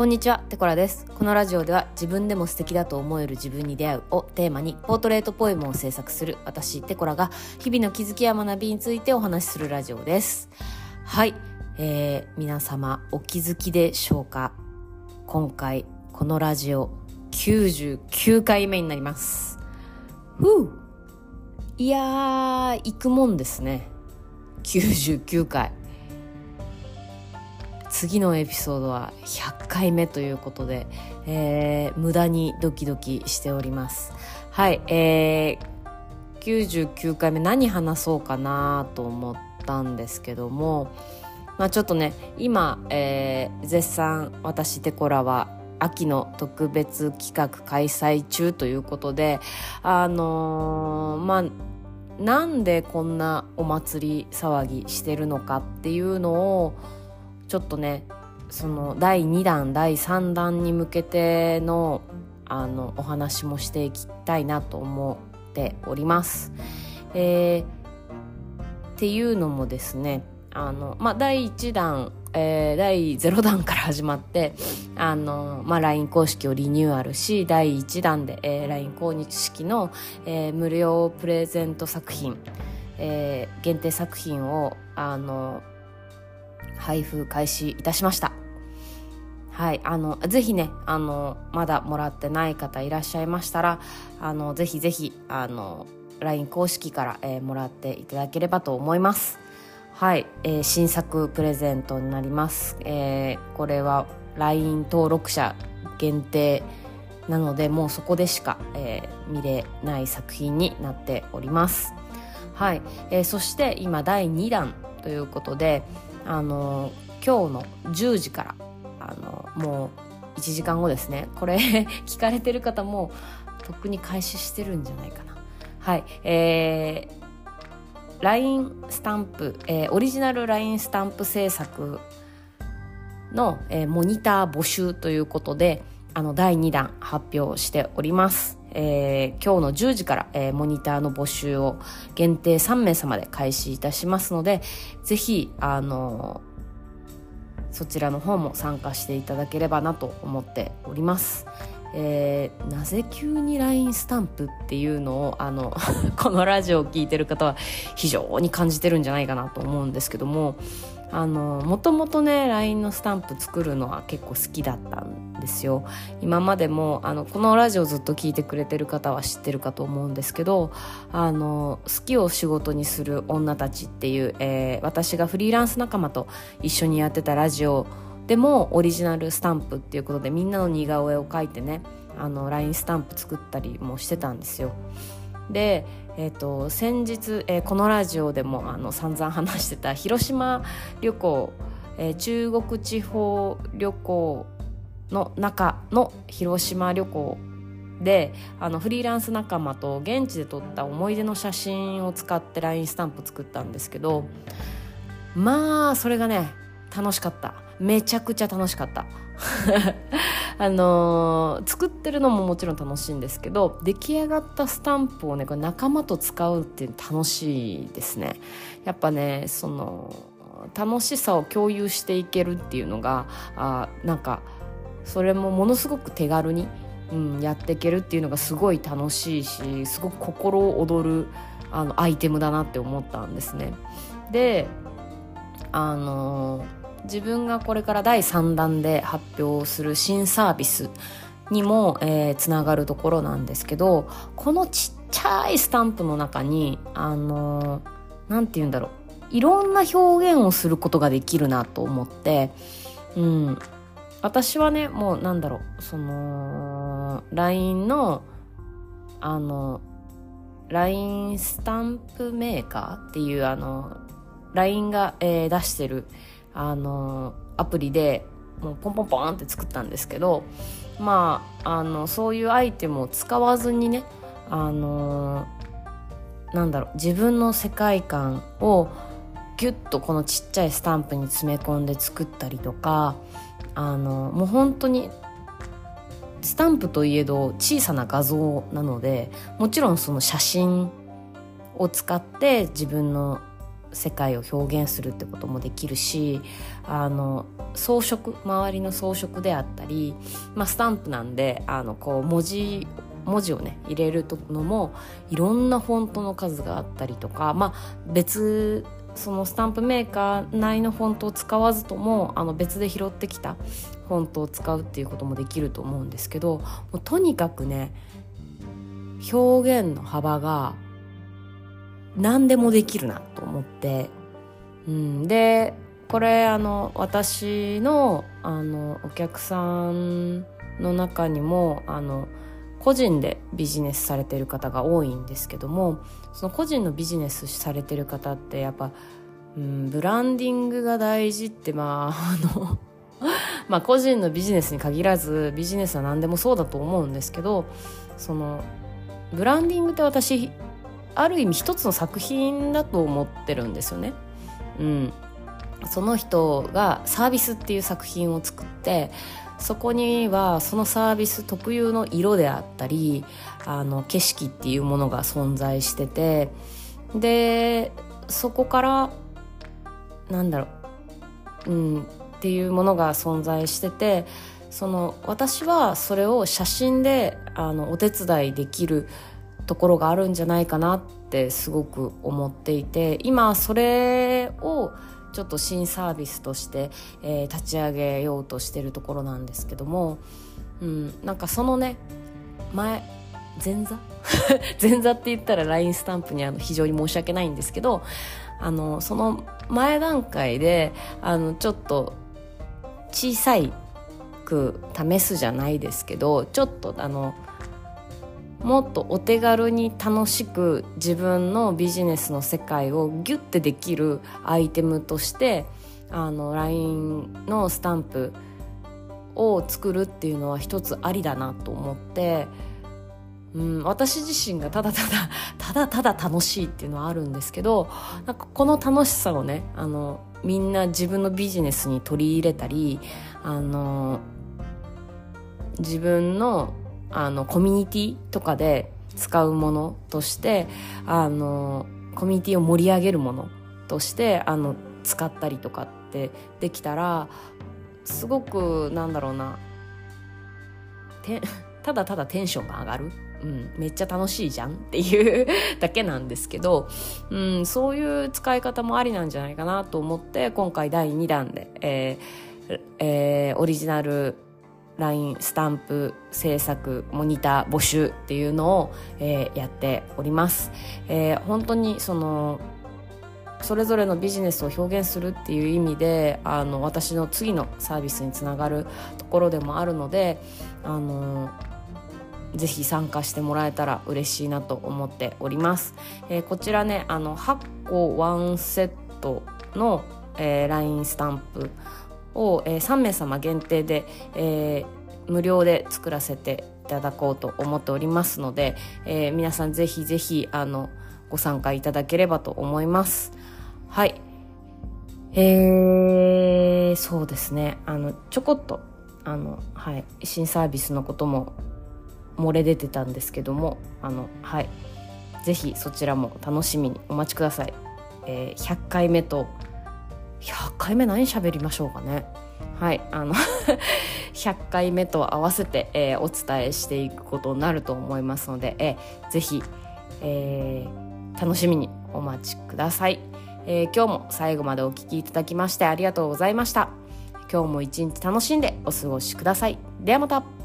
こんにちは、テコラです。このラジオでは自分でも素敵だと思える自分に出会うをテーマにポートレートポエムを制作する私テコラが日々の気づきや学びについてお話しするラジオです。はい、皆様お気づきでしょうか。今回このラジオ99回目になります。いやー、行くもんですね。99回。次のエピソードは100回目ということで、無駄にドキドキしております。はい、99回目何話そうかなと思ったんですけども、ちょっとね今、絶賛私テコラは秋の特別企画開催中ということで、なんでこんなお祭り騒ぎしてるのかっていうのをちょっとね、その第2弾第3弾に向けてのお話もしていきたいなと思っております。っていうのもですね、第1弾、第0弾から始まってLINE 公式をリニューアルし、第1弾で、LINE 公式の、無料プレゼント作品、限定作品を配布開始いたしました。はい、ぜひねまだもらってない方いらっしゃいましたらぜひぜひLINE 公式から、もらっていただければと思います。はい、新作プレゼントになります。これは LINE 登録者限定なのでもうそこでしか、見れない作品になっております。はい、そして今第2弾ということで今日の10時からもう1時間後ですね。これ聞かれてる方もとっくに開始してるんじゃないかな。はい、LINE スタンプ、オリジナル LINE スタンプ制作の、モニター募集ということで第2弾発表しております。今日の10時から、モニターの募集を限定3名様で開始いたしますので、ぜひそちらの方も参加していただければなと思っております。なぜ急に LINE スタンプっていうのをこのラジオを聞いてる方は非常に感じてるんじゃないかなと思うんですけども、もともとね LINE のスタンプ作るのは結構好きだったんですよ。今までもこのラジオずっと聞いてくれてる方は知ってるかと思うんですけど、好きを仕事にする女たちっていう、私がフリーランス仲間と一緒にやってたラジオでもオリジナルスタンプっていうことでみんなの似顔絵を描いてねLINE スタンプ作ったりもしてたんですよ。で、先日、このラジオでも散々話してた広島旅行、中国地方旅行の中の広島旅行でフリーランス仲間と現地で撮った思い出の写真を使って LINE スタンプ作ったんですけど、それがね楽しかった。めちゃくちゃ楽しかった作ってるのももちろん楽しいんですけど、出来上がったスタンプをねこれ仲間と使うって楽しいですね。やっぱねその楽しさを共有していけるっていうのがなんかそれもものすごく手軽に、やっていけるっていうのがすごい楽しいし、すごく心躍るアイテムだなって思ったんですね。で自分がこれから第3弾で発表する新サービスにも、つながるところなんですけど、このちっちゃいスタンプの中になんて言うんだろう、いろんな表現をすることができるなと思って、私はねもうなんだろう、その LINE のLINE スタンプメーカーっていうLINE が、出してるアプリでもうポンポンポンって作ったんですけど、そういうアイテムを使わずにねなんだろう、自分の世界観をギュッとこのちっちゃいスタンプに詰め込んで作ったりとか、もう本当にスタンプといえど小さな画像なので、もちろんその写真を使って自分の世界を表現するってこともできるし、装飾、周りの装飾であったり、スタンプなんでこう文字をね入れるのもいろんなフォントの数があったりとか、別そのスタンプメーカー内のフォントを使わずとも別で拾ってきたフォントを使うっていうこともできると思うんですけど、もうとにかくね表現の幅が何でもできるなと思って、でこれ私のお客さんの中にも個人でビジネスされてる方が多いんですけども、その個人のビジネスされてる方ってやっぱ、ブランディングが大事って個人のビジネスに限らずビジネスは何でもそうだと思うんですけど、そのブランディングって私ある意味一つの作品だと思ってるんですよね。その人がサービスっていう作品を作って、そこにはそのサービス特有の色であったり景色っていうものが存在してて、でそこからっていうものが存在してて、私はそれを写真でお手伝いできるところがあるんじゃないかなってすごく思っていて、今それをちょっと新サービスとして、立ち上げようとしてるところなんですけども、そのね前座前座って言ったら LINE スタンプに非常に申し訳ないんですけど、その前段階でちょっと小さく試すじゃないですけど、ちょっともっとお手軽に楽しく自分のビジネスの世界をギュッてできるアイテムとしてLINE のスタンプを作るっていうのは一つありだなと思って、私自身がただ楽しいっていうのはあるんですけど、この楽しさをねみんな自分のビジネスに取り入れたり自分のコミュニティとかで使うものとしてコミュニティを盛り上げるものとして使ったりとかってできたらすごくただテンションが上がる、めっちゃ楽しいじゃんっていうだけなんですけど、そういう使い方もありなんじゃないかなと思って、今回第2弾で、オリジナルLINE スタンプ制作モニター募集っていうのを、やっております。本当にそれぞれのビジネスを表現するっていう意味で私の次のサービスにつながるところでもあるのでぜひ参加してもらえたら嬉しいなと思っております。こちらね8個1セットの、LINE スタンプを、3名様限定で、無料で作らせていただこうと思っておりますので、皆さんぜひぜひご参加いただければと思います。はい、そうですねちょこっと新サービスのことも漏れ出てたんですけどもぜひそちらも楽しみにお待ちください。100回目何喋りましょうかね。100回目と合わせて、お伝えしていくことになると思いますので、ぜひ、楽しみにお待ちください。今日も最後までお聞きいただきましてありがとうございました。今日も一日楽しんでお過ごしください。ではまた。